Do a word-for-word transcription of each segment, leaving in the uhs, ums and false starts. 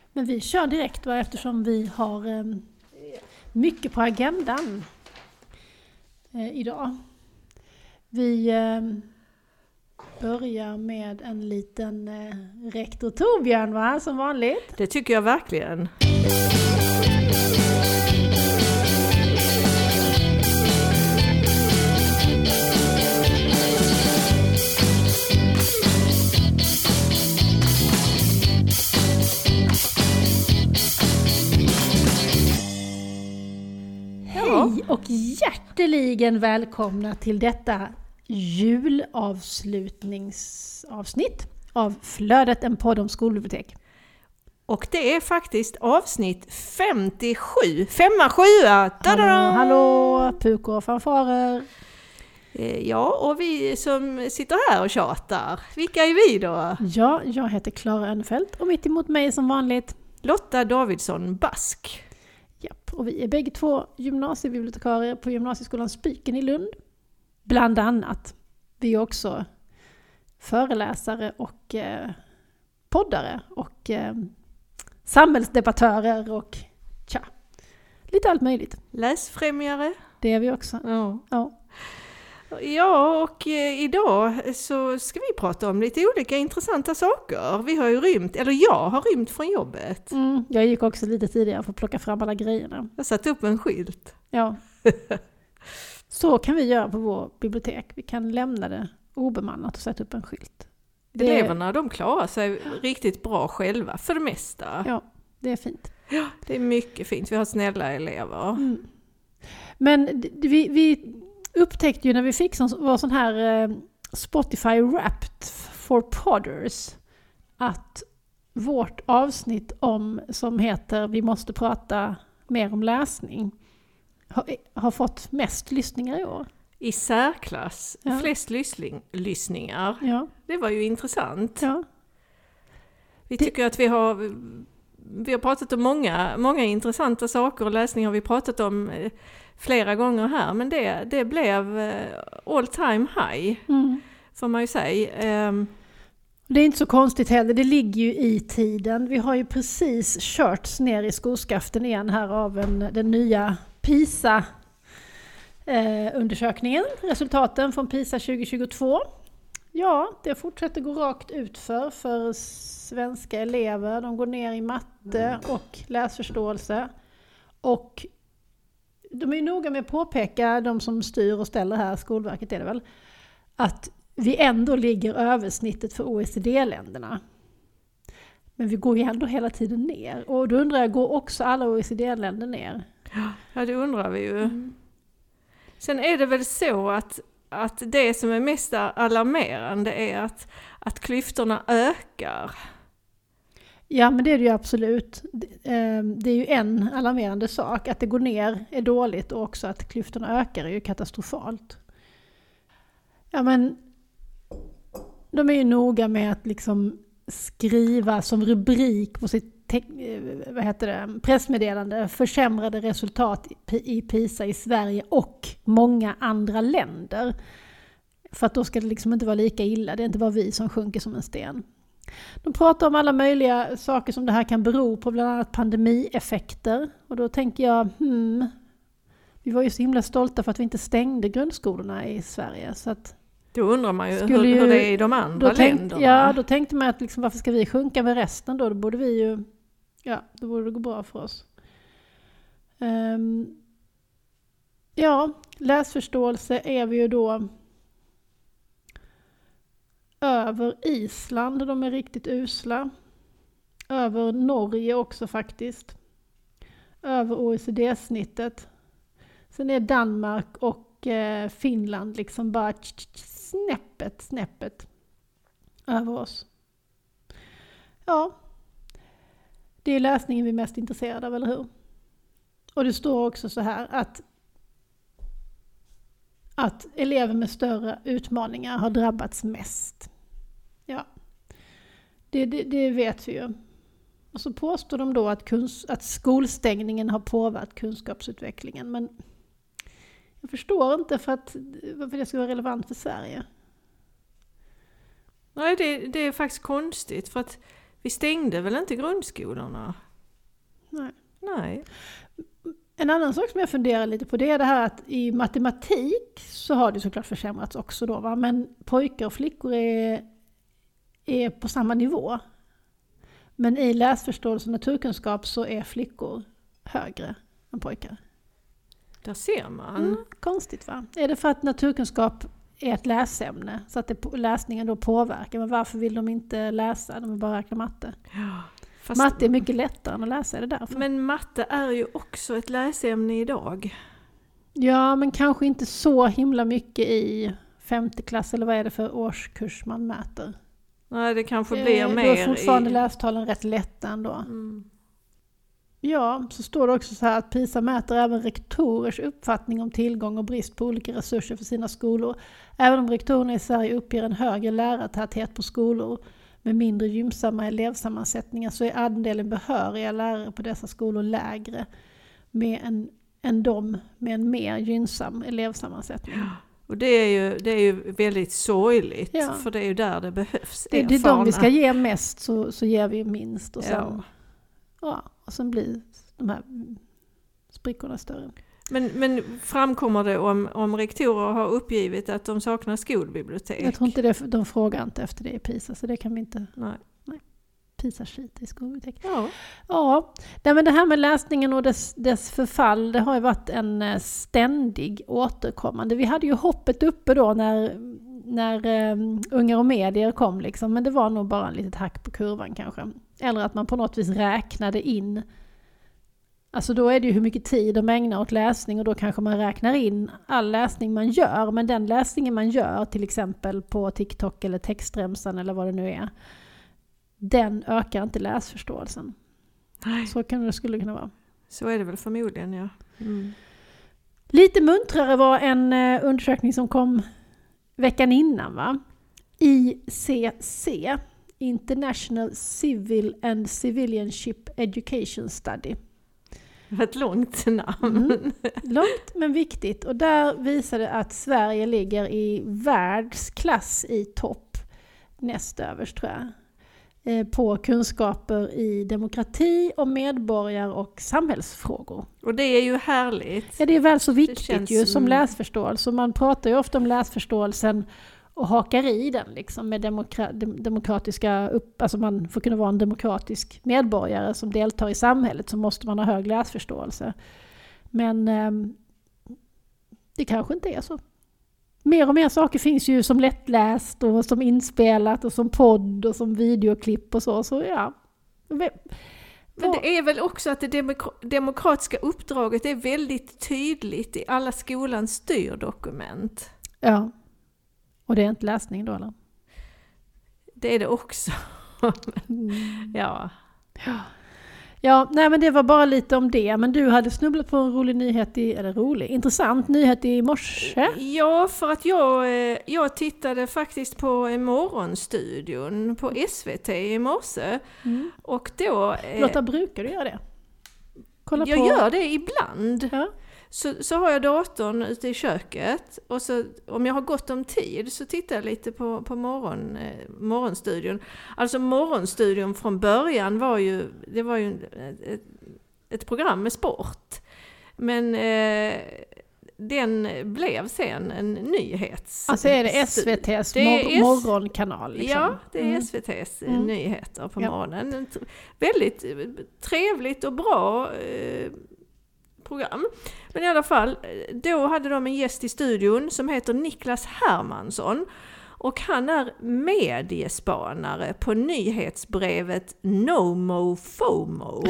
Men vi kör direkt va, eftersom vi har eh, mycket på agendan eh, idag. Vi eh, börjar med en liten eh, rektor Torbjörn va, som vanligt. Det tycker jag verkligen. Hej och hjärteligen välkomna till detta julavslutningsavsnitt av Flödet, en podd om skolbibliotek. Och det är faktiskt avsnitt femtiosju, femma sjua. Hallå, hallå, pukor och fanfarer. Ja, och vi som sitter här och tjatar, vilka är vi då? Ja, jag heter Klara Önfelt och mitt emot mig som vanligt Lotta Davidsson Bask. Japp, och vi är bägge två gymnasiebibliotekarier på gymnasieskolan Spiken i Lund. Bland annat. Vi är också föreläsare och eh, poddare och eh, samhällsdebattörer och tja, lite allt möjligt. Läsfrämjare. Det är vi också. Ja. Ja. Ja, och eh, idag så ska vi prata om lite olika intressanta saker. Vi har ju rymt, eller jag har rymt från jobbet. Mm, jag gick också lite tidigare för att plocka fram alla grejerna. Jag satt upp en skylt. Ja. Så kan vi göra på vår bibliotek. Vi kan lämna det obemannat och sätta upp en skylt. Det... Eleverna, de klarar sig riktigt bra själva för det mesta. Ja, det är fint. Ja, det är mycket fint. Vi har snälla elever. Mm. Men vi... vi upptäckte ju när vi fick sån, var sån här eh, Spotify Wrapped for Podders att vårt avsnitt om som heter Vi måste prata mer om läsning har, har fått mest lyssningar i år. I särklass, ja. Flest lyssning, lyssningar. Ja. Det var ju intressant. Ja. Vi tycker det... att vi har vi har pratat om många, många intressanta saker och läsning har vi pratat om flera gånger här, men det, det blev all time high, mm. får man ju säga. Um, det är inte så konstigt heller, det ligger ju i tiden. Vi har ju precis kört ner i skoskaften igen här av en, den nya PISA-undersökningen. Eh, Resultaten från PISA tjugo tjugotvå. Ja, det fortsätter gå rakt ut för, för svenska elever. De går ner i matte och läsförståelse. Och de är ju noga med att påpeka, de som styr och ställer här, Skolverket är det väl, att vi ändå ligger över snittet för O E C D-länderna. Men vi går ju ändå hela tiden ner. Och då undrar jag, går också alla O E C D-länder ner? Ja, det undrar vi ju. Mm. Sen är det väl så att, att det som är mest alarmerande är att, att klyftorna ökar. Ja, men det är det ju absolut. Det är ju en alarmerande sak. Att det går ner är dåligt och också att klyftorna ökar är ju katastrofalt. Ja, men de är ju noga med att liksom skriva som rubrik på sitt te- vad heter det, pressmeddelande försämrade resultat i PISA i Sverige och många andra länder. För att då ska det liksom inte vara lika illa. Det är inte bara vi som sjunker som en sten. De pratar om alla möjliga saker som det här kan bero på, bland annat pandemieffekter. Och då tänker jag, hmm, vi var ju så himla stolta för att vi inte stängde grundskolorna i Sverige. Så att då undrar man ju hur, ju, hur det är i de andra tänkt, länderna. Ja, då tänkte man att liksom, varför ska vi sjunka med resten då? Då borde vi ju, ja, då borde det gå bra för oss. Um, ja, läsförståelse är vi ju då över Island, de är riktigt usla. Över Norge också faktiskt. Över O E C D-snittet. Sen är Danmark och eh, Finland liksom bara snäppet, snäppet över oss. Ja, det är läsningen vi är mest intresserade av, eller hur? Och det står också så här att att elever med större utmaningar har drabbats mest. Ja, det, det, det vet vi ju. Och så påstår de då att, kunsk- att skolstängningen har påverkat kunskapsutvecklingen. Men jag förstår inte för att, varför det ska vara relevant för Sverige. Nej, det, det är faktiskt konstigt. För att Vi stängde väl inte grundskolorna? Nej. Nej. En annan sak som jag funderar lite på, det är det här att i matematik så har det såklart försämrats också då, va? Men pojkar och flickor är, är på samma nivå. Men i läsförståelse och naturkunskap så är flickor högre än pojkar. Där ser man. Mm, konstigt, va? Är det för att naturkunskap är ett läsämne så att det, läsningen då påverkar? Men varför vill de inte läsa? De vill bara räkna matte. Ja, fast matte är mycket lättare än att läsa, är det därför? Men matte är ju också ett läsämne idag. Ja, men kanske inte så himla mycket i femte klass, eller vad är det för årskurs man mäter? Nej, det kanske blir eh, mer. Då är fortfarande i... lästalen rätt lätta ändå. Mm. Ja, så står det också så här att PISA mäter även rektorers uppfattning om tillgång och brist på olika resurser för sina skolor. Även om rektorerna i Sverige uppger en högre lärartäthet på skolor med mindre gynnsamma elevsammansättningar, så är andelen behöriga lärare på dessa skolor lägre med en, än de med en mer gynnsam elevsammansättning. Ja. Och det är ju, det är ju väldigt sorgligt, ja. För det är ju där det behövs. Det, det är de vi ska ge mest, så, så ger vi minst. Och sen, ja. Ja, och sen blir de här sprickorna större. Men, men framkommer det om, om rektorer har uppgivit att de saknar skolbibliotek? Jag tror inte det, de frågar inte efter det i PISA, så det kan vi inte... Nej. Nej. PISA-skit i skolbibliotek. Ja. Ja, nej, men det här med läsningen och dess, dess förfall, det har ju varit en ständig återkommande. Vi hade ju hoppet uppe då när, när um, Ungar och medier kom liksom, men det var nog bara en litet hack på kurvan kanske. Eller att man på något vis räknade in, alltså då är det ju hur mycket tid de ägnar åt läsning, och då kanske man räknar in all läsning man gör, men den läsningen man gör till exempel på TikTok eller textremsan eller vad det nu är, den ökar inte läsförståelsen. Nej. Så kan det skulle kunna vara. Så är det väl förmodligen, ja. Mm. Lite muntrare var en uh, undersökning som kom veckan innan, va? I C C, International Civil and Civilianship Education Study. Ett långt namn. Mm. Långt men viktigt. Och där visade att Sverige ligger i världsklass i topp, näst överst tror jag, på kunskaper i demokrati och medborgar- och samhällsfrågor. Och det är ju härligt. Ja, det är väl så viktigt känns, ju som mm. läsförståelse. Man pratar ju ofta om läsförståelsen och hakar i den liksom med demokra- demokratiska upp, alltså man får kunna vara en demokratisk medborgare som deltar i samhället, så måste man ha hög läsförståelse. Men eh, det kanske inte är så. Mer och mer saker finns ju som lättläst och som inspelat och som podd och som videoklipp och så. Så ja. Men det är väl också att det demok- demokratiska uppdraget är väldigt tydligt i alla skolans styrdokument. Ja. Och det är inte läsning då, eller? Det är det också. mm. Ja. Ja. Ja, nej men det var bara lite om det. Men du hade snubblat på en rolig nyhet, i, eller rolig, intressant nyhet i morse. Ja, för att jag, jag tittade faktiskt på Morgonstudion på S V T i morse. Mm. Och då... Lotta, brukar du göra det? Kolla jag på... gör det ibland. Ja. Så, så har jag datorn ute i köket, och så, om jag har gott om tid så tittar jag lite på, på morgon, eh, Morgonstudion. Alltså Morgonstudion från början var ju, det var ju ett, ett program med sport. Men eh, den blev sen en nyhets... Alltså är det S V T:s mor- S- morgonkanal? Liksom. Ja, det är mm. S V T:s mm. nyheter på ja. morgonen. Väldigt trevligt och bra eh, program. Men i alla fall, då hade de en gäst i studion som heter Niklas Hermansson. Och han är mediespanare på nyhetsbrevet NoMo FOMO.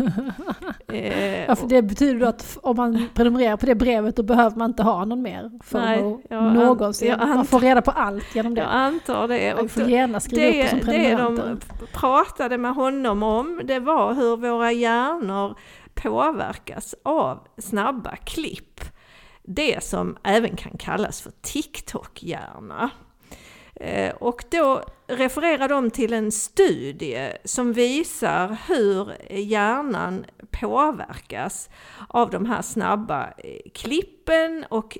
eh, ja, för det betyder då att om man prenumererar på det brevet, då behöver man inte ha någon mer FOMO nej, jag någonsin. An- man får reda på allt genom det. Jag antar det. Och får gärna skriva det, upp som prenumeranter. Det de pratade med honom om, det var hur våra hjärnor påverkas av snabba klipp. Det som även kan kallas för TikTok-hjärna. Och då refererar de till en studie som visar hur hjärnan påverkas av de här snabba klippen och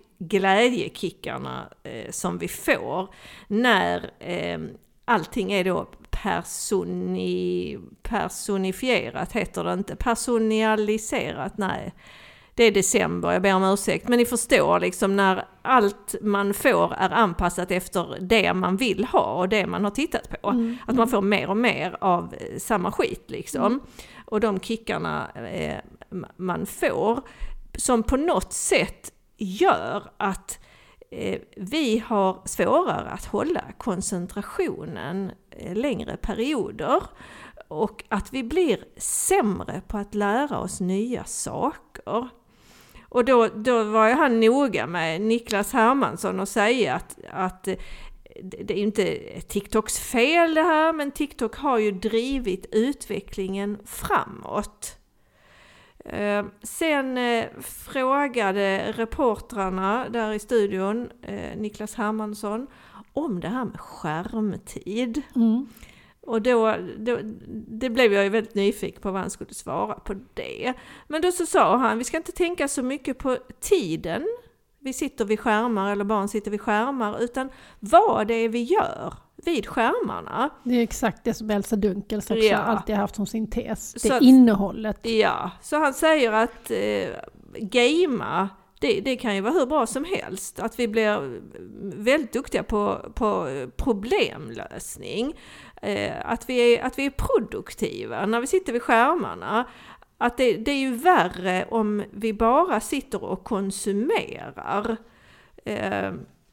glädjekickarna som vi får när allting är då personi, personifierat heter det inte, personaliserat, nej. Det är december, jag ber om ursäkt. Men ni förstår liksom när allt man får är anpassat efter det man vill ha och det man har tittat på. Mm. Att man får mer och mer av samma skit liksom. Mm. Och de kickarna eh, man får som på något sätt gör att eh, vi har svårare att hålla koncentrationen eh, längre perioder. Och att vi blir sämre på att lära oss nya saker. Och då, då var han noga med Niklas Hermansson och säga att, att det är inte TikToks fel det här, men TikTok har ju drivit utvecklingen framåt. Eh, sen eh, frågade reportrarna där i studion, eh, Niklas Hermansson, om det här med skärmtid. Mm. Och då, då det blev jag ju väldigt nyfiken på vad han skulle svara på det. Men då så sa han, vi ska inte tänka så mycket på tiden vi sitter vid skärmar eller barn sitter vid skärmar, utan vad det är vi gör vid skärmarna. Det är exakt det som Elsa Dunkels också ja. alltid haft som sin tes. Det är att, innehållet. Ja, så han säger att eh, gamea, det, det kan ju vara hur bra som helst. Att vi blir väldigt duktiga på, på problemlösning. Eh, att, vi är, att vi är produktiva när vi sitter vid skärmarna. Att det, det är ju värre om vi bara sitter och konsumerar. Eh,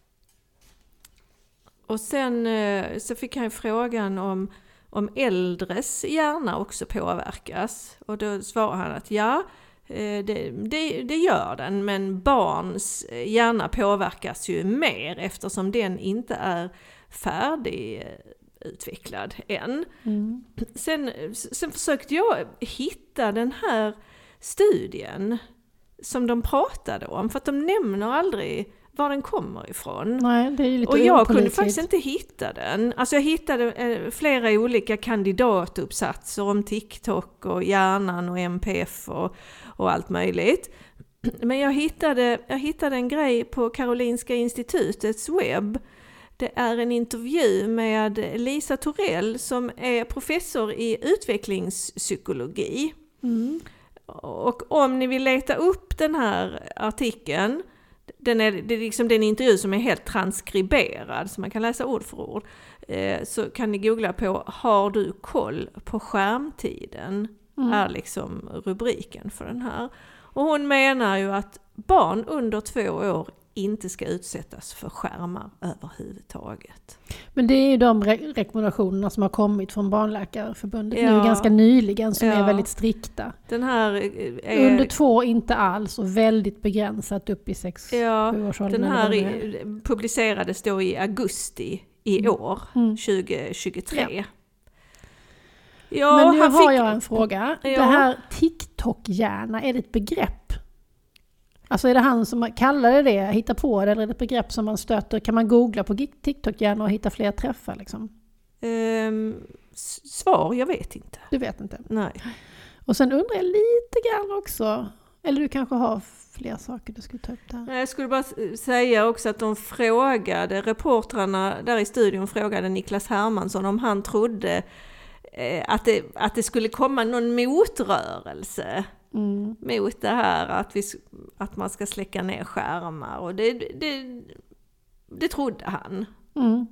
och sen eh, så fick han frågan om, om äldres hjärna också påverkas. Och då svarade han att ja, eh, det, det, det gör den. Men barns hjärna påverkas ju mer eftersom den inte är färdig utvecklad än. Mm. Sen, sen försökte jag hitta den här studien som de pratade om, för att de nämner aldrig var den kommer ifrån. Nej, det är ju lite och jag opolitligt. Kunde faktiskt inte hitta den. Alltså jag hittade eh, flera olika kandidatuppsatser om TikTok och hjärnan och M P F och, och allt möjligt. Men jag hittade, jag hittade en grej på Karolinska institutets webb. Det är en intervju med Lisa Torell som är professor i utvecklingspsykologi. Mm. Och om ni vill leta upp den här artikeln, den är, det är liksom den intervju som är helt transkriberad så man kan läsa ord för ord, eh, så kan ni googla på "Har du koll på skärmtiden?" Mm. är liksom rubriken för den här. Och hon menar ju att barn under två år inte ska utsättas för skärmar överhuvudtaget. Men det är ju de re- rekommendationerna som har kommit från Barnläkarförbundet ja. nu ganska nyligen som ja. är väldigt strikta. Den här är... Under två inte alls och väldigt begränsat upp i sex ja, sju års ålder. Den här i, publicerades då i augusti i mm. år, mm. tjugo tjugotre. Ja. Ja, men nu har fick... jag en fråga. Ja. Det här TikTok-hjärna, är det ett begrepp? Alltså är det han som kallade det, hittar på det, eller är det ett begrepp som man stöter? Kan man googla på TikTok-hjärna och hitta fler träffar liksom? Um, svar, jag vet inte. Du vet inte? Nej. Och sen undrar jag lite grann också, eller du kanske har fler saker du skulle ta upp där? Jag skulle bara säga också att de frågade, reportrarna där i studion frågade Niklas Hermansson om han trodde eh, att, det, att det skulle komma någon motrörelse. Mm. mot det här att, vi, att man ska släcka ner skärmar, och det, det, det trodde han. Mm.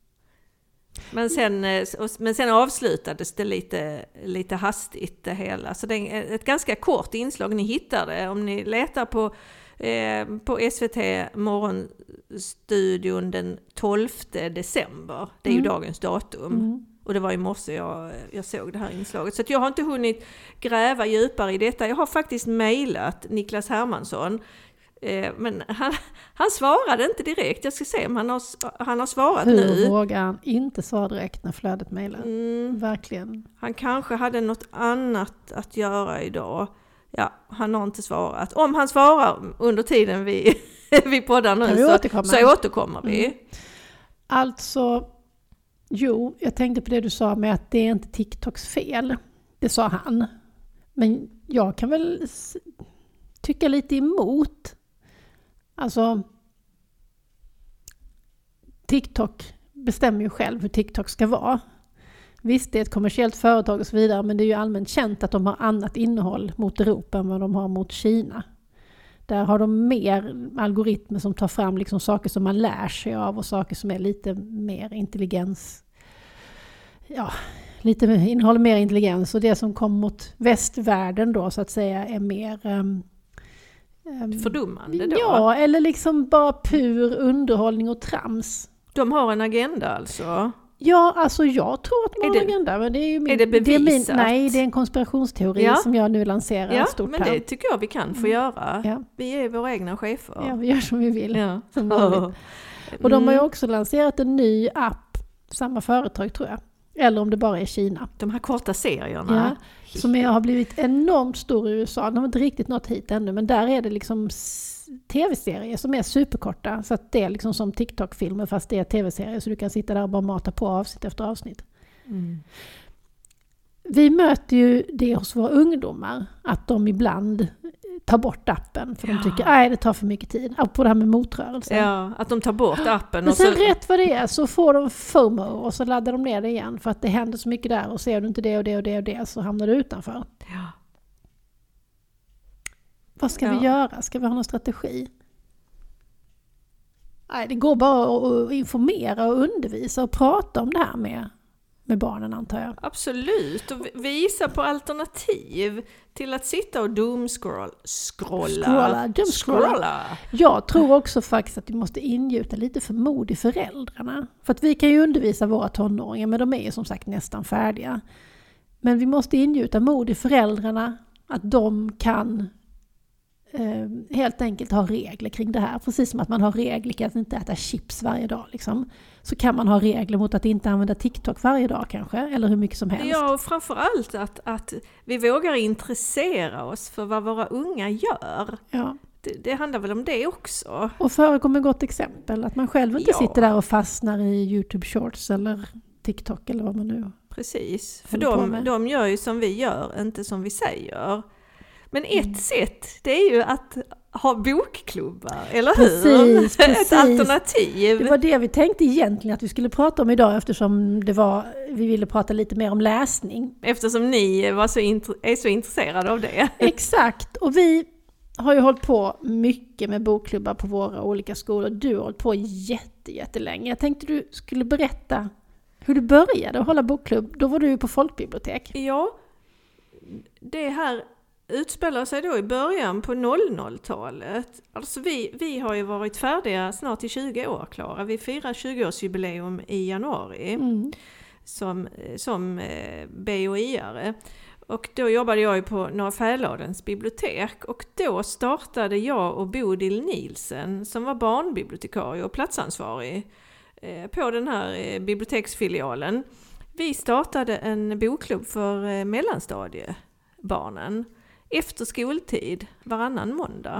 Men, sen, men sen avslutades det lite, lite hastigt det hela. Så det är ett ganska kort inslag, ni hittar det om ni letar på, eh, på S V T Morgonstudion den tolfte december. Det är mm. ju dagens datum. Mm. Och det var i morse jag, jag såg det här inslaget. Så att jag har inte hunnit gräva djupare i detta. Jag har faktiskt mejlat Niklas Hermansson. Eh, men han, han svarade inte direkt. Jag ska se om han har, han har svarat Hur nu. Hur vågar han inte svara direkt när flödet mejlar? Mm. Verkligen. Han kanske hade något annat att göra idag. Ja, han har inte svarat. Om han svarar under tiden vi, vi poddar nu vi så, återkommer. så återkommer vi. Mm. Alltså... Jo, jag tänkte på det du sa med att det är inte TikToks fel. Det sa han. Men jag kan väl tycka lite emot. Alltså, TikTok bestämmer ju själv hur TikTok ska vara. Visst, det är ett kommersiellt företag och så vidare, men det är ju allmänt känt att de har annat innehåll mot Europa än vad de har mot Kina. Där har de mer algoritmer som tar fram liksom saker som man lär sig av och saker som är lite mer intelligens. Ja, lite innehåller mer intelligens, och det som kommer mot västvärlden då så att säga är mer um, um, fördummande då? Ja, eller liksom bara pur underhållning och trams. De har en agenda alltså? Ja, alltså jag tror att de har är en det, agenda. Men det är, ju min, är det bevisat? Det är min, nej, det är en konspirationsteori ja. som jag nu lanserar ja, stort men här. Det tycker jag vi kan få mm. göra. Ja. Vi är våra egna chefer. Ja, vi gör som vi vill. Ja. Som oh. Och de har ju också lanserat en ny app, samma företag tror jag. Eller om det bara är Kina. De här korta serierna. Ja, som har blivit enormt stor i U S A. De har inte riktigt nått hit ännu, men där är det liksom tv-serier som är superkorta. Så att det är liksom som TikTok-filmer fast det är tv-serier. Så du kan sitta där och bara mata på avsnitt efter avsnitt. Mm. Vi möter ju det hos våra ungdomar. Att de ibland tar bort appen. För ja. de tycker att det tar för mycket tid. På det här med motrörelsen. Ja, att de tar bort appen. Men och sen så... rätt vad det är så får de FOMO. Och så laddar de ner det igen. För att det händer så mycket där. Och ser du inte det och det och det och det så hamnar du utanför. Ja. Vad ska ja. vi göra? Ska vi ha någon strategi? Nej, det går bara att informera och undervisa och prata om det här med, med barnen antar jag. Absolut, och visa på alternativ till att sitta och doomscrolla. Scrolla. Scrolla. Jag tror också faktiskt att vi måste ingjuta lite förmod i föräldrarna. För att vi kan ju undervisa våra tonåringar, men de är ju som sagt nästan färdiga. Men vi måste ingjuta mod i föräldrarna att de kan eh, helt enkelt ha regler kring det här. Precis som att man har regler att inte äta chips varje dag. Liksom. Så kan man ha regler mot att inte använda TikTok varje dag kanske. Eller hur mycket som helst. Ja, och framförallt att, att vi vågar intressera oss för vad våra unga gör. Ja. Det, det handlar väl om det också. Och förekommer gott exempel. Att man själv inte ja. sitter där och fastnar i YouTube Shorts eller TikTok eller vad man nu. Precis, för de, de gör ju som vi gör, inte som vi säger. Men ett mm. sätt, det är ju att ha bokklubbar, eller precis, hur? Precis. Ett alternativ. Det var det vi tänkte egentligen att vi skulle prata om idag eftersom det var, vi ville prata lite mer om läsning. Eftersom ni var så int- är så intresserade av det. Exakt, och vi har ju hållit på mycket med bokklubbar på våra olika skolor. Du har hållit på jätte, jättelänge. Jag tänkte du skulle berätta hur du började hålla bokklubb. Då var du ju på folkbibliotek. Ja, det här utspelar sig då i början på noll noll-talet. Alltså vi, vi har ju varit färdiga snart i tjugo år, Klara. Vi firar tjugo-årsjubileum i januari mm. som, som B O I-are. Och då jobbade jag ju på Norra Fäladens bibliotek. Och då startade jag och Bodil Nielsen som var barnbibliotekarie och platsansvarig på den här biblioteksfilialen. Vi startade en bokklubb för mellanstadiebarnen efter skoltid varannan måndag.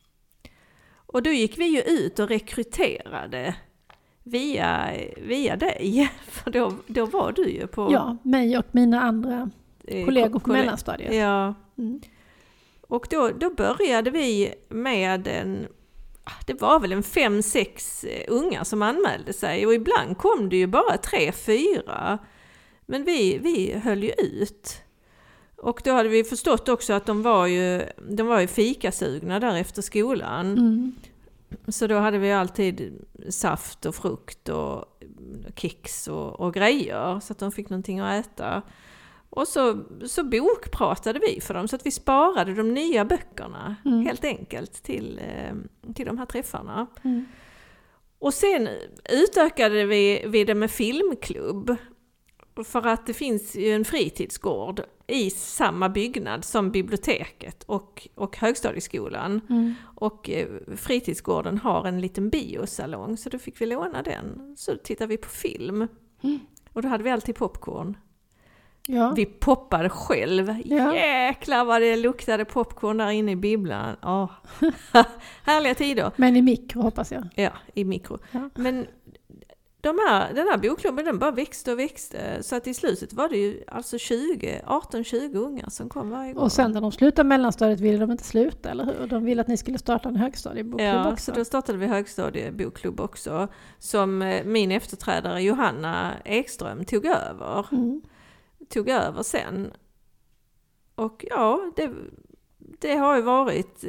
Och då gick vi ju ut och rekryterade via, via dig. För då, då var du ju på... Ja, mig och mina andra eh, kollegor på koll- mellanstadiet. Ja. Mm. Och då, då började vi med en... Det var väl en fem, sex unga som anmälde sig. Och ibland kom det ju bara tre, fyra. Men vi, vi höll ju ut. Och då hade vi förstått också att de var ju, de var ju fikasugna där efter skolan. Mm. Så då hade vi alltid saft och frukt och kex och, och grejer. Så att de fick någonting att äta. Och så, så bokpratade vi för dem så att vi sparade de nya böckerna mm. helt enkelt till, till de här träffarna. Mm. Och sen utökade vi, vi det med filmklubb. För att det finns ju en fritidsgård i samma byggnad som biblioteket och, och högstadieskolan. Mm. Och eh, fritidsgården har en liten biosalong så då fick vi låna den. Så tittade vi på film. Mm. Och då hade vi alltid popcorn. Ja. Vi poppade själv. Ja. Jäklar vad det luktade popcorn där inne i bibblan. Oh. Härliga tider. Men i mikro hoppas jag. Ja, i mikro. Ja. Men de här, den här bokklubben den bara växte och växte. Så att i slutet var det ju alltså tjugo, arton tjugo unga som kom varje gång. Och sen när de slutade mellanstadiet ville de inte sluta, eller hur? De ville att ni skulle starta en högstadieboklubb ja, också. Ja, så då startade vi högstadieboklubb också. Som min efterträdare Johanna Ekström tog över. Mm. tog över sen. Och ja, det, det har ju varit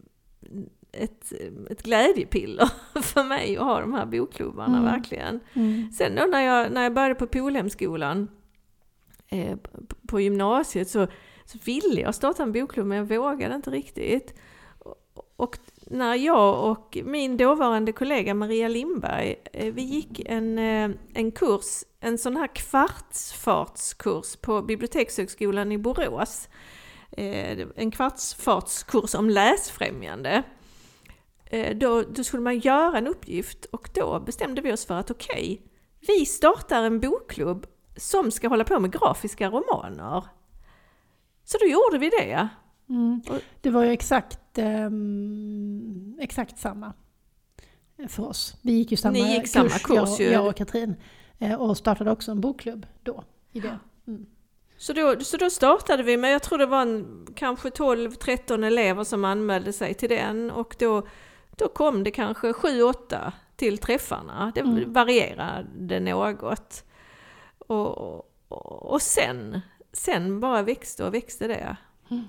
ett, ett glädjepiller för mig att ha de här bokklubbarna, mm. verkligen. Mm. Sen då när jag, när jag började på Polhemskolan eh, på gymnasiet så, så ville jag starta en bokklubb, men jag vågade inte riktigt. Och, och när jag och min dåvarande kollega Maria Lindberg, eh, vi gick en, eh, en kurs, en sån här kvartsfartskurs på Bibliotekshögskolan i Borås. Eh, en kvartsfartskurs om läsfrämjande. Eh, då, då skulle man göra en uppgift och då bestämde vi oss för att okej, okay, vi startar en bokklubb som ska hålla på med grafiska romaner. Så då gjorde vi det. Mm. Det var ju exakt, eh, exakt samma för oss. Vi gick ju samma, Ni gick kurs, samma kurs, jag, jag och Katrin. Eh, och startade också en bokklubb då. I det. Mm. Så, då, så då startade vi, men jag tror det var en, kanske tolv tretton elever som anmälde sig till den. Och då, då kom det kanske sju åtta till träffarna. Det mm. varierade något. Och, och, och sen, sen bara växte och växte det. Mm.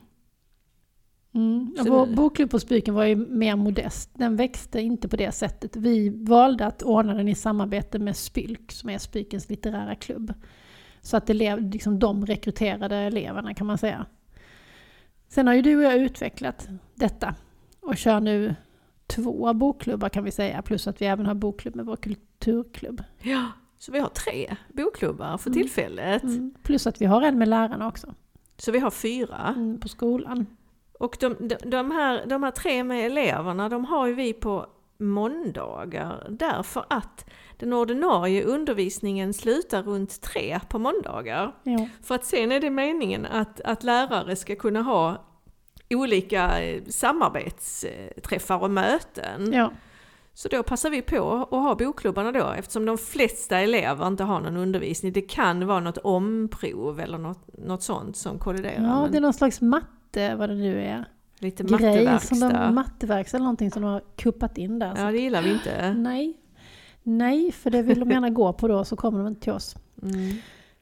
Mm. Ja, vår bokklubb på Spyken var ju mer modest. Den växte inte på det sättet. Vi valde att ordna den i samarbete med Spylk, som är Spykens litterära klubb. Så att elev, liksom de rekryterade eleverna, kan man säga. Sen har ju du och jag utvecklat detta och kör nu två bokklubbar, kan vi säga. Plus att vi även har bokklubb med vår kulturklubb. Ja, så vi har tre bokklubbar för tillfället. Mm. Mm. Plus att vi har en med lärarna också. Så vi har fyra. Mm, på skolan. Och de, de, de, här, de här tre med eleverna, de har ju vi på måndagar. Därför att den ordinarie undervisningen slutar runt tre på måndagar. Ja. För att sen är det meningen att, att lärare ska kunna ha olika samarbetsträffar och möten. Ja. Så då passar vi på att ha bokklubbarna då, eftersom de flesta elever inte har någon undervisning. Det kan vara något omprov eller något, något sånt som kolliderar. Ja, det är någon slags matte, vad det nu är. Lite grej matteverkstad. Som de, matteverkstad eller någonting som de har kuppat in där. Ja, det gillar vi inte. Nej. Nej, för det vill de gärna gå på då, så kommer de inte till oss. Mm.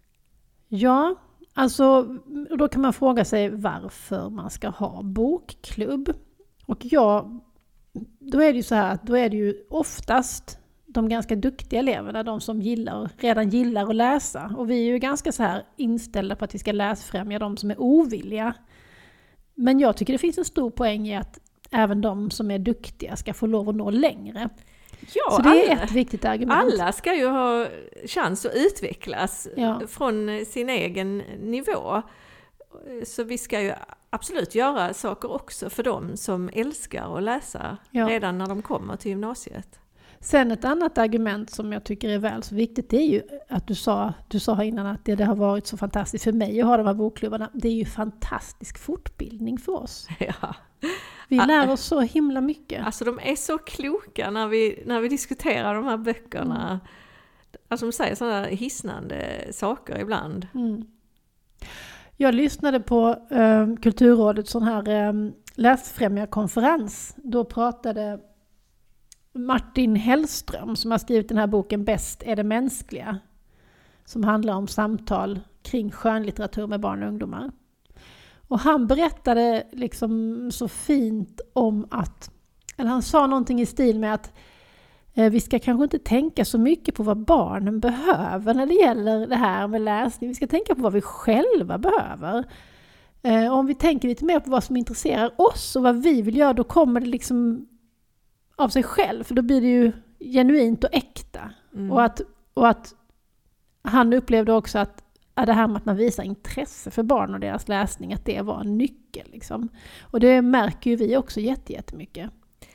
Ja, alltså då kan man fråga sig varför man ska ha bokklubb. Och ja, då är det ju så här att då är det ju oftast de ganska duktiga eleverna, de som gillar, redan gillar att läsa. Och vi är ju ganska så här inställda på att vi ska läsfrämja de som är ovilliga. Men jag tycker det finns en stor poäng i att även de som är duktiga ska få lov att nå längre. Ja, så det är alla, ett viktigt argument. Alla ska ju ha chans att utvecklas ja. från sin egen nivå. Så vi ska ju absolut göra saker också för dem som älskar att läsa ja. redan när de kommer till gymnasiet. Sen ett annat argument som jag tycker är väl så viktigt, det är ju att du sa, du sa innan att det, det har varit så fantastiskt för mig att ha de här bokklubbarna. Det är ju fantastisk fortbildning för oss. Ja. Vi lär oss så himla mycket. Alltså de är så kloka när vi, när vi diskuterar de här böckerna. Mm. Alltså de säger sådana hisnande saker ibland. Mm. Jag lyssnade på eh, Kulturrådets sån här eh, läsfrämjarkonferens. Då pratade Martin Hellström, som har skrivit den här boken Bäst är det mänskliga, som handlar om samtal kring skönlitteratur med barn och ungdomar. Och han berättade liksom så fint om att, eller han sa någonting i stil med att eh, vi ska kanske inte tänka så mycket på vad barnen behöver när det gäller det här med läsning. Vi ska tänka på vad vi själva behöver. Eh, om vi tänker lite mer på vad som intresserar oss och vad vi vill göra, då kommer det liksom av sig själv. För då blir det ju genuint och äkta. Mm. Och, att, och att han upplevde också att det här med att man visar intresse för barn och deras läsning, att det var en nyckel. Liksom. Och det märker ju vi också jättemycket.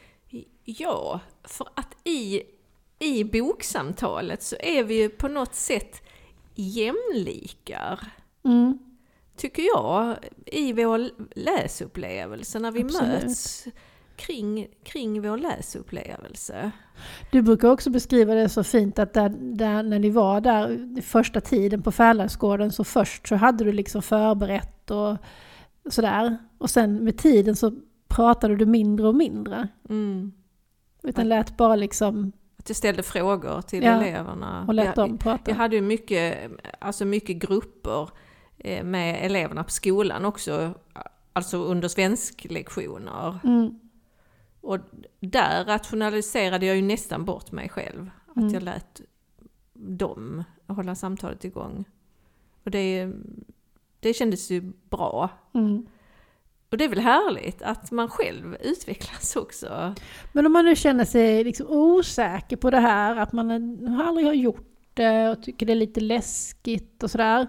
Ja, för att i, i boksamtalet så är vi ju på något sätt jämlikar. Mm. Tycker jag, i vår läsupplevelse när vi Absolut. möts kring, kring vår läsupplevelse. Du brukar också beskriva det så fint att där, där, när ni var där första tiden på Färlagsgården, så först så hade du liksom förberett och sådär. Och sen med tiden så pratade du mindre och mindre. Mm. Utan lät bara liksom... Att jag ställde frågor till ja, eleverna. Och lät jag, dem prata. Jag hade ju mycket, alltså mycket grupper eh, med eleverna på skolan också, alltså under svensklektioner. Mm. Och där rationaliserade jag ju nästan bort mig själv. Mm. Att jag lät dem hålla samtalet igång. Och det, det kändes ju bra. Mm. Och det är väl härligt att man själv utvecklas också. Men om man nu känner sig liksom osäker på det här, att man aldrig har gjort det och tycker det är lite läskigt och sådär.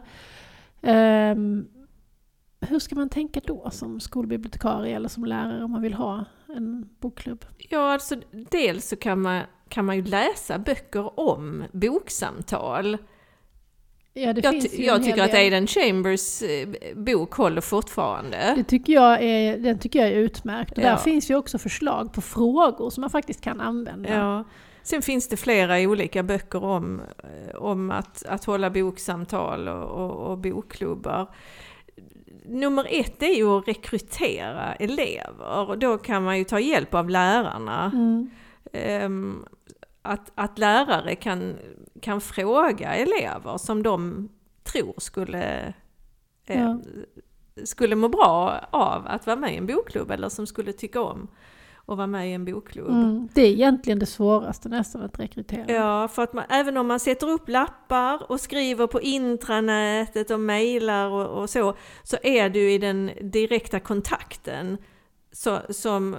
Um, hur ska man tänka då som skolbibliotekarie eller som lärare om man vill ha en bokklubb? Ja, alltså dels så kan man, kan man ju läsa böcker om boksamtal. Ja, det jag finns ty- ju jag en tycker hel att del. Aidan Chambers bok håller fortfarande. Det tycker jag är, den tycker jag är utmärkt. Och Ja. där finns ju också förslag på frågor som man faktiskt kan använda. Ja. Sen finns det flera olika böcker om, om att, att hålla boksamtal och, och, och bokklubbar. Nummer ett är ju att rekrytera elever. Och då kan man ju ta hjälp av lärarna. Mm. Um, att, att lärare kan, kan fråga elever som de tror skulle, eh, Ja. skulle må bra av att vara med i en bokklubb, eller som skulle tycka om att vara med i en bokklubb. Mm. Det är egentligen det svåraste nästan att rekrytera. Ja, för att man, även om man sätter upp lappar och skriver på intranätet och mejlar och, och så, så är det ju i den direkta kontakten så, som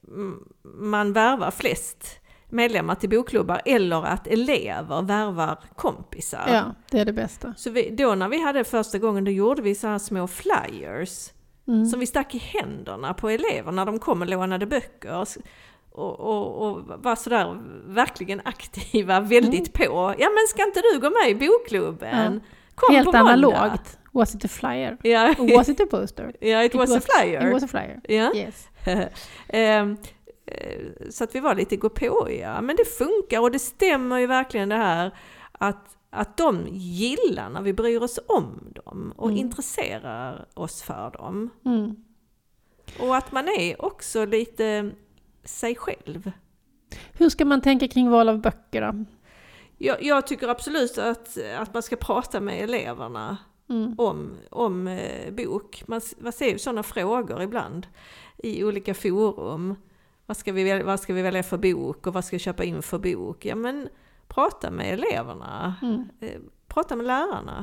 man värvar flest medlemmar till bokklubbar, eller att elever värvar kompisar. Ja, det är det bästa. Så vi, då när vi hade första gången, då gjorde vi så här små flyers Mm. som vi stack i händerna på elever när de kom och lånade böcker. Och, och, och var sådär verkligen aktiva, väldigt Mm. på. Ja, men ska inte du gå med i bokklubben? Ja. Kom Helt på måndag. analogt. Was it a flyer? Ja. Or was it a poster? Ja, it, It was, was- a flyer. It was a flyer. Ja. Yes. Ehm, eh, så att vi var lite gå på, ja. Men det funkar, och det stämmer ju verkligen det här att, att de gillar när vi bryr oss om dem och Mm. intresserar oss för dem. Mm. Och att man är också lite sig själv. Hur ska man tänka kring val av böcker då? Jag, jag tycker absolut att, att man ska prata med eleverna Mm. om, om eh, bok. Man, man ser ju sådana frågor ibland i olika forum. Vad ska, vi väl, vad ska vi välja för bok och vad ska vi köpa in för bok? Ja, men prata med eleverna. Mm. Eh, prata med lärarna.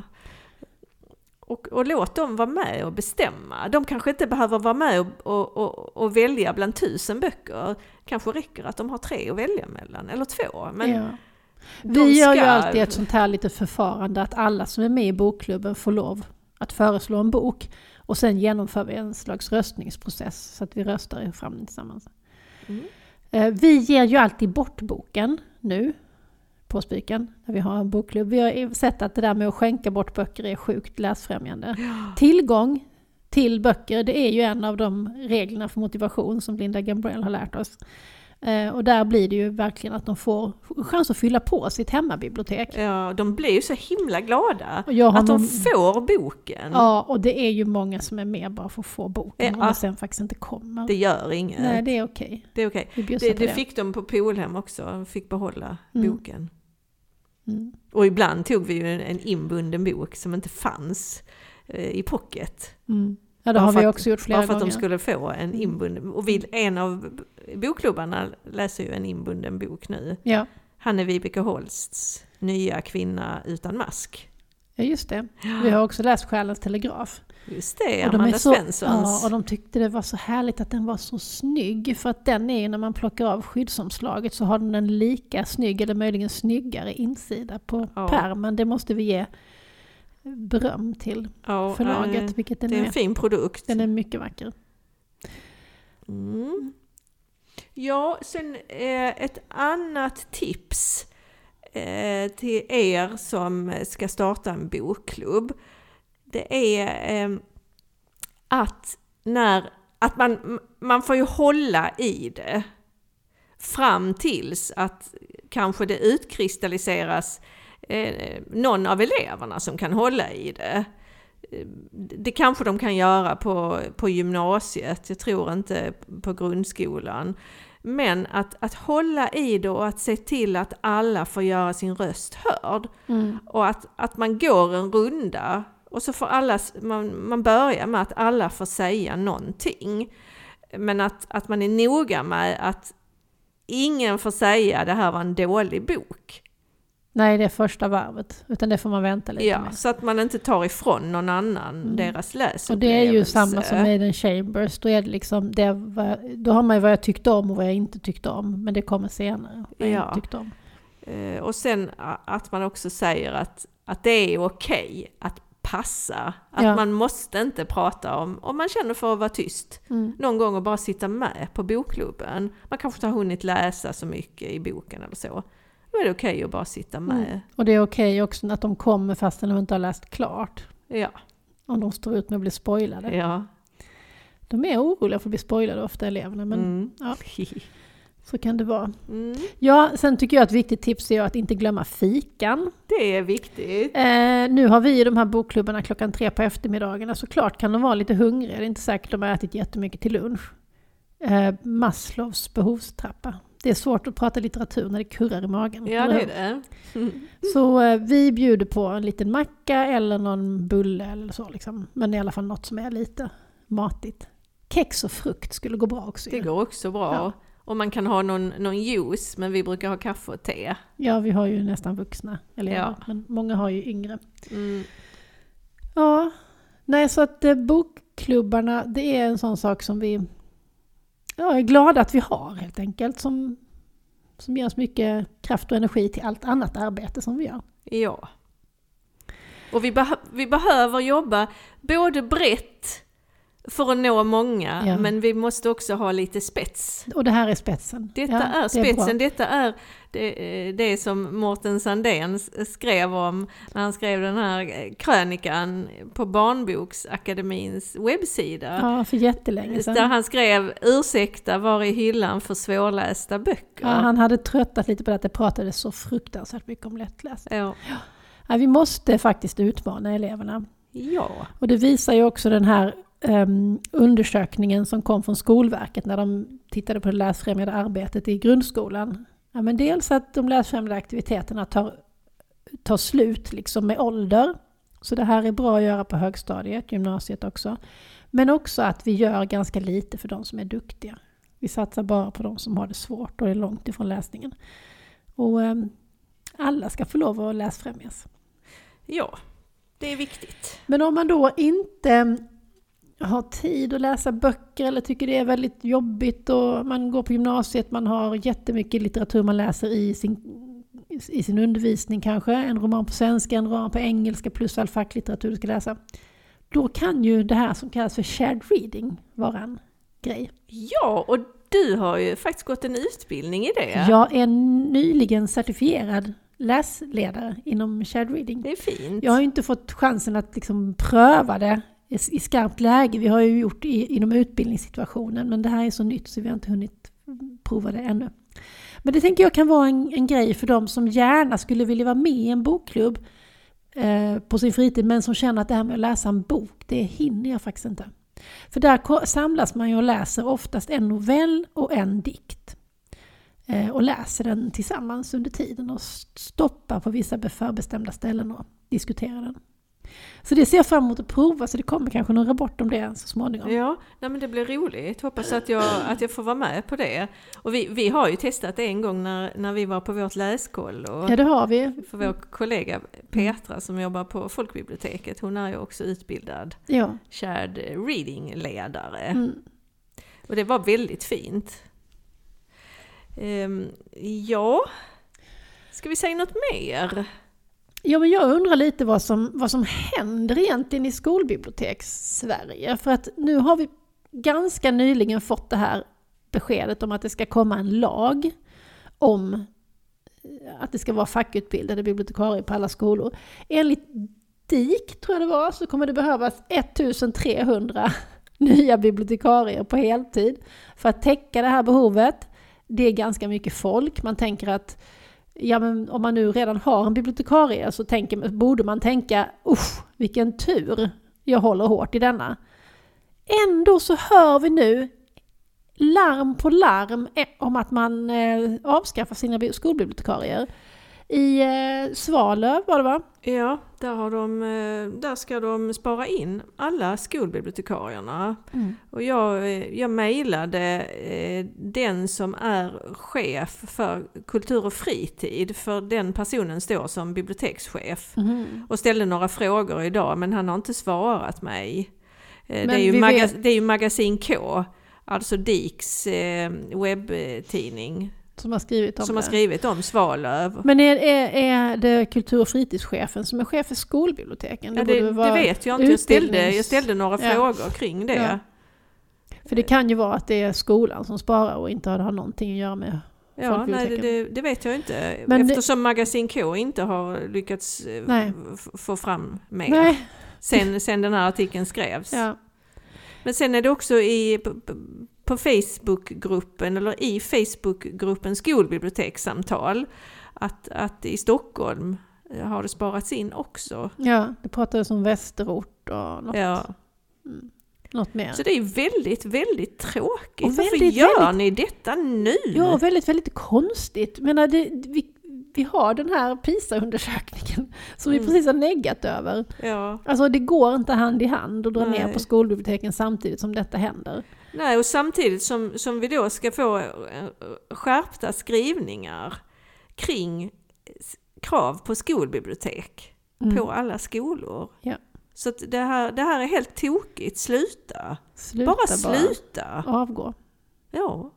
Och, och låt dem vara med och bestämma. De kanske inte behöver vara med och, och, och, och välja bland tusen böcker. Kanske räcker att de har tre att välja mellan, eller två. Men Ja. de Vi gör ju ska- alltid ett sånt här litet förfarande att alla som är med i bokklubben får lov att föreslå en bok. Och sen genomför vi en slags röstningsprocess så att vi röstar fram den tillsammans. Mm. Eh, Vi ger ju alltid bort boken nu på Spiken när vi har en bokklubb. Vi har sett att det där med att skänka bort böcker är sjukt läsfrämjande. Tillgång till böcker, det är ju en av de reglerna för motivation som Linda Gambrell har lärt oss. Eh, och där blir det ju verkligen att de får chans att fylla på sitt hemmabibliotek. Ja, de blir ju så himla glada Och jag har att de någon- får boken. Ja, och det är ju många som är med bara för att få boken Ja. och sen faktiskt inte kommer. Det gör inget. Nej, det är okej. det är okej. Vi bjussar Det, på det det. fick de på Polhem också. De fick behålla Mm. boken. Mm. Och ibland tog vi ju en, en inbunden bok som inte fanns eh, i pocket. Mm. Ja, det Bara har för vi att- också gjort flera Bara för att gånger. de skulle få en Mm. inbunden. Och vi, en av bokklubbarna läser ju en inbunden bok nu. Ja. Han är Vibeke Holsts nya Kvinna utan mask. Ja, just det. Vi har också läst Själens telegraf. Just det, Och de är Amanda så, Svenssons. ja, och de tyckte det var så härligt att den var så snygg. För att den är ju, när man plockar av skyddsomslaget så har den en lika snygg eller möjligen snyggare insida på Ja. pärmen. Det måste vi ge beröm till Ja, förlaget, eh, vilket den det är är. en fin produkt. Den är mycket vacker. Mm. Ja, sen eh, ett annat tips eh, till er som ska starta en bokklubb. Det är eh, att, när, att man, man får ju hålla i det fram tills att kanske det utkristalliseras eh, någon av eleverna som kan hålla i det. Det kanske de kan göra på, på gymnasiet, jag tror inte på grundskolan. Men att, att hålla i det och att se till att alla får göra sin röst hörd. Mm. Och att, att man går en runda Och så får alla, man, man börjar med att alla får säga någonting. Men att, att man är noga med att ingen får säga det här var en dålig bok. Nej, det är första varvet. Utan det får man vänta lite ja, med. Så att man inte tar ifrån någon annan mm. deras läsupplevelse. Och det är ju samma som Maiden Chambers. Då, är det liksom, det var, då har man ju vad jag tyckte om och vad jag inte tyckte om. Men det kommer senare. Vad jag ja. inte tyckte om. Uh, och sen att man också säger att, att det är okej att passa. Att ja. man måste inte prata om, om man känner för att vara tyst. Mm. Någon gång och bara sitta med på bokklubben. Man kanske inte har hunnit läsa så mycket i boken eller så. Då är det okej att bara sitta med. Mm. Och det är okej också att de kommer fast de inte har läst klart. Ja. Om de står ut med att bli spoilade. Ja. De är oroliga för att bli spoilade ofta, eleverna. Men mm. ja, så kan det vara. Mm. Ja, sen tycker jag att ett viktigt tips är att inte glömma fikan. Det är viktigt. Eh, nu har vi i de här bokklubbarna klockan tre på eftermiddagarna. Såklart kan de vara lite hungriga. Det är inte säkert att de har ätit jättemycket till lunch. Eh, Maslows behovstrappa. Det är svårt att prata litteratur när det kurrar i magen. Ja, det är det. Mm. Så eh, vi bjuder på en liten macka eller någon bulle eller så. Liksom. Men i alla fall något som är lite matigt. Kex och frukt skulle gå bra också. Det går också bra. Ja. Och man kan ha någon, någon juice, men vi brukar ha kaffe och te. Ja, vi har ju nästan vuxna elever, ja. Men många har ju yngre. Mm. Ja, nej, så att eh, bokklubbarna, det är en sån sak som vi ja, är glada att vi har helt enkelt. Som, som ger oss mycket kraft och energi till allt annat arbete som vi gör. Ja. Och vi, beh- vi behöver jobba både brett för att nå många, ja. Men vi måste också ha lite spets. Och det här är spetsen. Detta ja, är spetsen. Är Detta är det, det som Mårten Sandén skrev om när han skrev den här krönikan på Barnboksakademins webbsida. Ja, för jättelänge sedan. Där han skrev, ursäkta, var i hyllan för svårlästa böcker. Ja, han hade tröttat lite på att det pratades så fruktansvärt mycket om lättläst. Ja. Ja, vi måste faktiskt utmana eleverna. Ja. Och det visar ju också den här Um, undersökningen som kom från Skolverket när de tittade på det läsfrämjande arbetet i grundskolan. Ja, men dels att de läsfrämjande aktiviteterna tar, tar slut liksom med ålder. Så det här är bra att göra på högstadiet, gymnasiet också. Men också att vi gör ganska lite för de som är duktiga. Vi satsar bara på de som har det svårt och är långt ifrån läsningen. Och um, alla ska få lov att läsfrämjas. Ja, det är viktigt. Men om man då inte har tid att läsa böcker eller tycker det är väldigt jobbigt och man går på gymnasiet, man har jättemycket litteratur man läser i sin, i sin undervisning kanske, en roman på svenska, en roman på engelska plus all facklitteratur du ska läsa. Då kan ju det här som kallas för shared reading vara en grej. Ja, och du har ju faktiskt gått en utbildning i det. Jag är nyligen certifierad läsledare inom shared reading. Det är fint. Jag har ju inte fått chansen att liksom pröva det i skarpt läge. Vi har ju gjort det inom utbildningssituationen, men det här är så nytt så vi har inte hunnit prova det ännu. Men det tänker jag kan vara en, en grej för dem som gärna skulle vilja vara med i en bokklubb eh, på sin fritid, men som känner att det här med att läsa en bok, det hinner jag faktiskt inte. För där samlas man ju och läser oftast en novell och en dikt. Eh, och läser den tillsammans under tiden och stoppar på vissa förbestämda ställen och diskuterar den. Så det ser jag fram emot att prova, så det kommer kanske någon rapport om det så småningom. Ja, nej men det blir roligt. Hoppas att jag, att jag får vara med på det. Och vi, vi har ju testat det en gång när, när vi var på vårt läskoll. Och ja, det har vi. För vår kollega Petra som jobbar på Folkbiblioteket, hon är ju också utbildad ja. shared reading-ledare. Mm. Och det var väldigt fint. Um, ja, ska vi säga något mer? Ja, men jag undrar lite vad som, vad som händer egentligen i skolbiblioteks-Sverige. För att nu har vi ganska nyligen fått det här beskedet om att det ska komma en lag om att det ska vara fackutbildade bibliotekarier på alla skolor. Enligt D I K, tror jag det var, så kommer det behövas ettusentrehundra nya bibliotekarier på heltid för att täcka det här behovet. Det är ganska mycket folk. Man tänker att ja, men om man nu redan har en bibliotekarie så tänker, borde man tänka, usch, vilken tur, jag håller hårt i denna. Ändå så hör vi nu larm på larm om att man eh, avskaffar sina skolbibliotekarier. I eh, Svalöv var det va? Ja, där, har de, där ska de spara in alla skolbibliotekarierna. Mm. Och jag, jag mejlade eh, den som är chef för kultur och fritid, för den personen står som bibliotekschef. Mm. Och ställde några frågor idag, men han har inte svarat mig. Eh, det, är ju maga- vet... det är ju Magasin K, alltså D I K:s eh, webbtidning. Som har skrivit om som det. har skrivit om Svalöv. Men är, är, är det kultur- och fritidschefen som är chef för skolbiblioteken? Det, ja, det, det vet jag inte. Jag ställde, jag ställde några ja. frågor kring det. Ja. För det kan ju vara att det är skolan som sparar och inte har någonting att göra med ja, folkbiblioteken. Nej, det, det vet jag inte. Men Eftersom det, Magasin K inte har lyckats f- få fram mer nej. Sen, sen den här artikeln skrevs. Ja. Men sen är det också i... På, på Facebookgruppen eller i Facebookgruppen skolbibliotekssamtal att, att i Stockholm har det sparats in också. Ja, det pratades om Västerort och något, ja. mm, något mer. Så det är väldigt, väldigt tråkigt. Och Varför väldigt, gör väldigt, ni detta nu? Ja, väldigt, väldigt konstigt. Men det, vi, vi har den här PISA-undersökningen som mm. vi precis har neggat över. Ja. Alltså det går inte hand i hand att dra Nej. ner på skolbiblioteken samtidigt som detta händer. Nej, och samtidigt som, som vi då ska få skärpta skrivningar kring krav på skolbibliotek mm. på alla skolor. Ja. Så att det, här, det här är helt tokigt. Sluta. sluta bara, bara sluta. Avgå. Ja.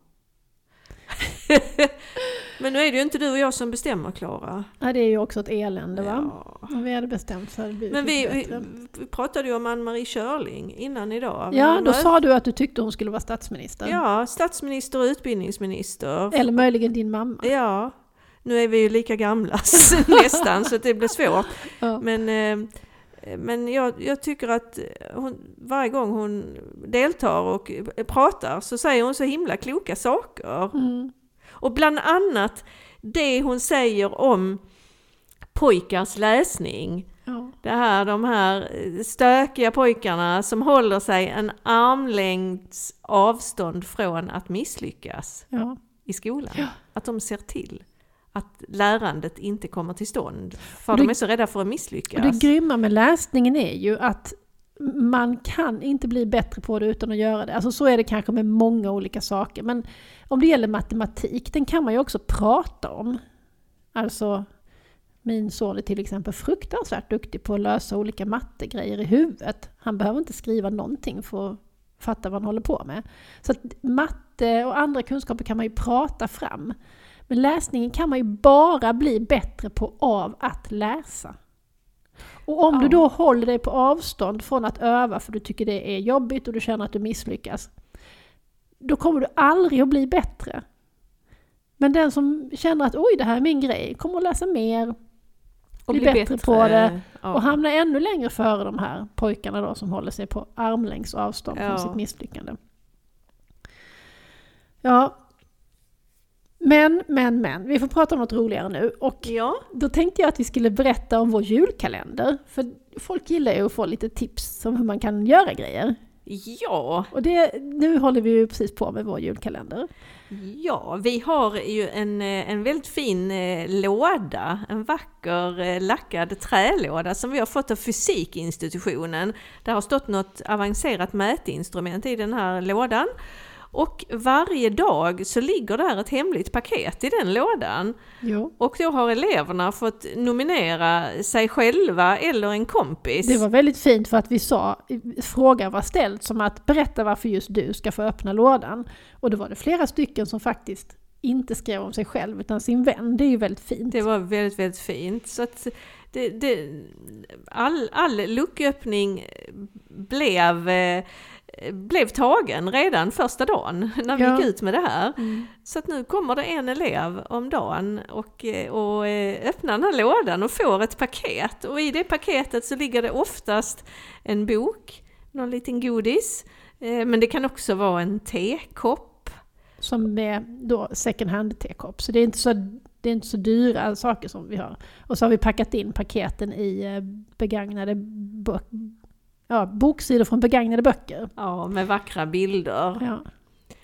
Men nu är det ju inte du och jag som bestämmer, Klara. Ja, det är ju också ett elände, va? Ja. Om vi hade bestämt så hade det blivit Men vi, vi, vi pratade ju om Ann-Marie Körling innan idag. Ja, Men då nu... sa du att du tyckte hon skulle vara statsminister. Ja, statsminister och utbildningsminister. Eller möjligen din mamma. Ja, nu är vi ju lika gamla nästan så att det blir svårt. Ja. Men, men jag, jag tycker att hon, varje gång hon deltar och pratar så säger hon så himla kloka saker. Mm. Och bland annat det hon säger om pojkars läsning. Ja. Det här, de här stökiga pojkarna som håller sig en armlängds avstånd från att misslyckas ja. i skolan. Ja. Att de ser till att lärandet inte kommer till stånd. För det, de är så rädda för att misslyckas. Och det grymma med läsningen är ju att man kan inte bli bättre på det utan att göra det. Alltså så är det kanske med många olika saker. Men om det gäller matematik, den kan man ju också prata om. Alltså, min son är till exempel fruktansvärt duktig på att lösa olika mattegrejer i huvudet. Han behöver inte skriva någonting för att fatta vad han håller på med. Så att matte och andra kunskaper kan man ju prata fram. Men läsningen kan man ju bara bli bättre på av att läsa. Och om ja. du då håller dig på avstånd från att öva för du tycker det är jobbigt och du känner att du misslyckas, då kommer du aldrig att bli bättre. Men den som känner att oj, det här är min grej, kommer att läsa mer, och bli, bli bättre, bättre på det ja. och hamna ännu längre före de här pojkarna då som håller sig på armlängds avstånd ja. från sitt misslyckande. Ja, Men, men, men. Vi får prata om något roligare nu. Och ja. då tänkte jag att vi skulle berätta om vår julkalender. För folk gillar ju att få lite tips om hur man kan göra grejer. Ja. Och det, nu håller vi ju precis på med vår julkalender. Ja, vi har ju en, en väldigt fin låda. En vacker lackad trälåda som vi har fått av fysikinstitutionen. Det har stått något avancerat mätinstrument i den här lådan. Och varje dag så ligger där ett hemligt paket i den lådan. Jo. Och då har eleverna fått nominera sig själva eller en kompis. Det var väldigt fint för att vi sa, frågan var ställd som att berätta varför just du ska få öppna lådan. Och då var det flera stycken som faktiskt inte skrev om sig själv utan sin vän. Det är ju väldigt fint. Det var väldigt, väldigt fint. Så att det, det, all, all lucköppning blev... blev tagen redan första dagen när vi ja. gick ut med det här. Mm. Så att nu kommer det en elev om dagen och, och öppnar den här lådan och får ett paket. Och i det paketet så ligger det oftast en bok, någon liten godis. Men det kan också vara en tekopp. Som är då second hand tekopp. Så det är inte så, det är inte så dyra saker som vi har. Och så har vi packat in paketen i begagnade böcker. Ja, boksidor från begagnade böcker. Ja, med vackra bilder. Ja.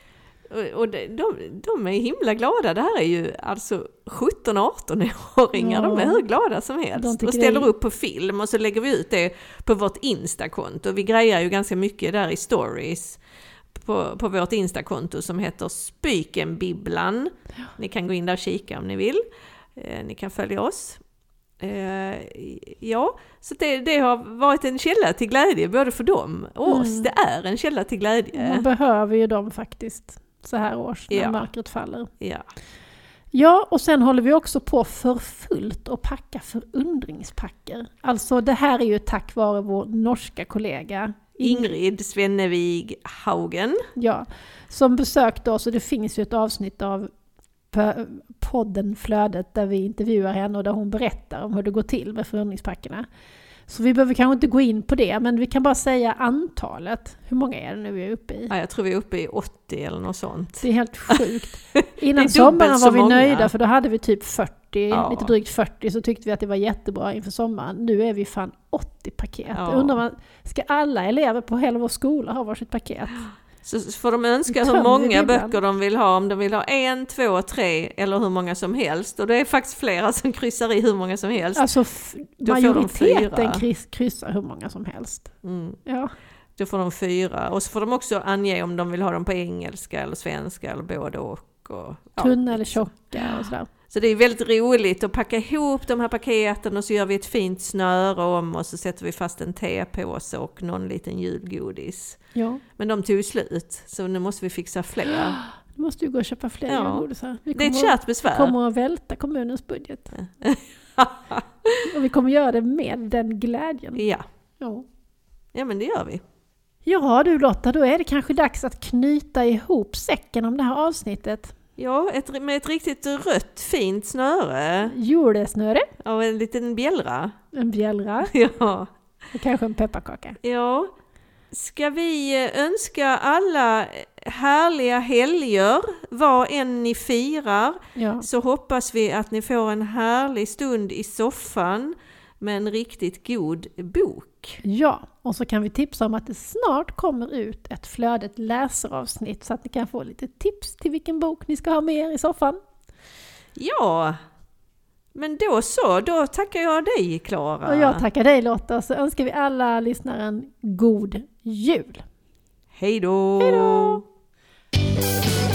Och, och de, de är himla glada. Det här är ju alltså sjutton arton-åringar. Ja. De är hur glada som helst. Och ställer det... upp på film och så lägger vi ut det på vårt Instakonto. Vi grejar ju ganska mycket där i stories på, på vårt Instakonto som heter Spykenbibblan. Ja. Ni kan gå in där och kika om ni vill. Eh, ni kan följa oss. Eh, ja, så det, det har varit en källa till glädje både för dem och oss. Mm. Det är en källa till glädje. Man behöver ju dem faktiskt så här års när ja. mörkret faller. Ja. Ja, och sen håller vi också på för fullt att packa förundringspacker. Alltså det här är ju tack vare vår norska kollega Ingrid Svennevig Haugen. Ja, som besökte oss, och det finns ju ett avsnitt av podden Flödet där vi intervjuar henne och där hon berättar om hur det går till med förundringspackerna. Så vi behöver kanske inte gå in på det, men vi kan bara säga antalet. Hur många är det nu vi är uppe i? Ja, jag tror vi är uppe i åttio eller något sånt. Det är helt sjukt. Innan sommaren var vi många. nöjda, för då hade vi typ fyrtio, ja. lite drygt fyrtio, så tyckte vi att det var jättebra inför sommaren. Nu är vi fan åttio paket. Ja. Undrar man, ska alla elever på hela vår skola ha varsitt paket? Så får de önska hur många böcker de vill ha. Om de vill ha en, två, tre eller hur många som helst. Och det är faktiskt flera som kryssar i hur många som helst. Alltså f- majoriteten kryss, kryssar hur många som helst. Mm. Ja. Då får de fyra. Och så får de också ange om de vill ha dem på engelska eller svenska eller både och. och ja, tunna eller tjocka och sådär. Så det är väldigt roligt att packa ihop de här paketen och så gör vi ett fint snöre om och så sätter vi fast en tepåse och någon liten julgodis. Ja. Men de tog slut, så nu måste vi fixa fler. Nu måste ju gå och köpa fler ja. julgodisar. Det är ett kärt besvär. Vi kommer att välta kommunens budget. Och vi kommer göra det med den glädjen. Ja. Ja. Ja, men det gör vi. Ja du Lotta, då är det kanske dags att knyta ihop säcken om det här avsnittet. Ja, ett, med ett riktigt rött fint snöre. Jordesnöre. Och en liten bjällra. En bjällra. Ja. Och kanske en pepparkaka. Ja. Ska vi önska alla härliga helger, vad än ni firar, ja. så hoppas vi att ni får en härlig stund i soffan med en riktigt god bok. Ja, och så kan vi tipsa om att det snart kommer ut ett Flödet läseravsnitt så att ni kan få lite tips till vilken bok ni ska ha med er i soffan. Ja, men då så, då tackar jag dig, Klara. Och jag tackar dig, Lotta, så önskar vi alla lyssnare en god jul. Hej då! Hej då!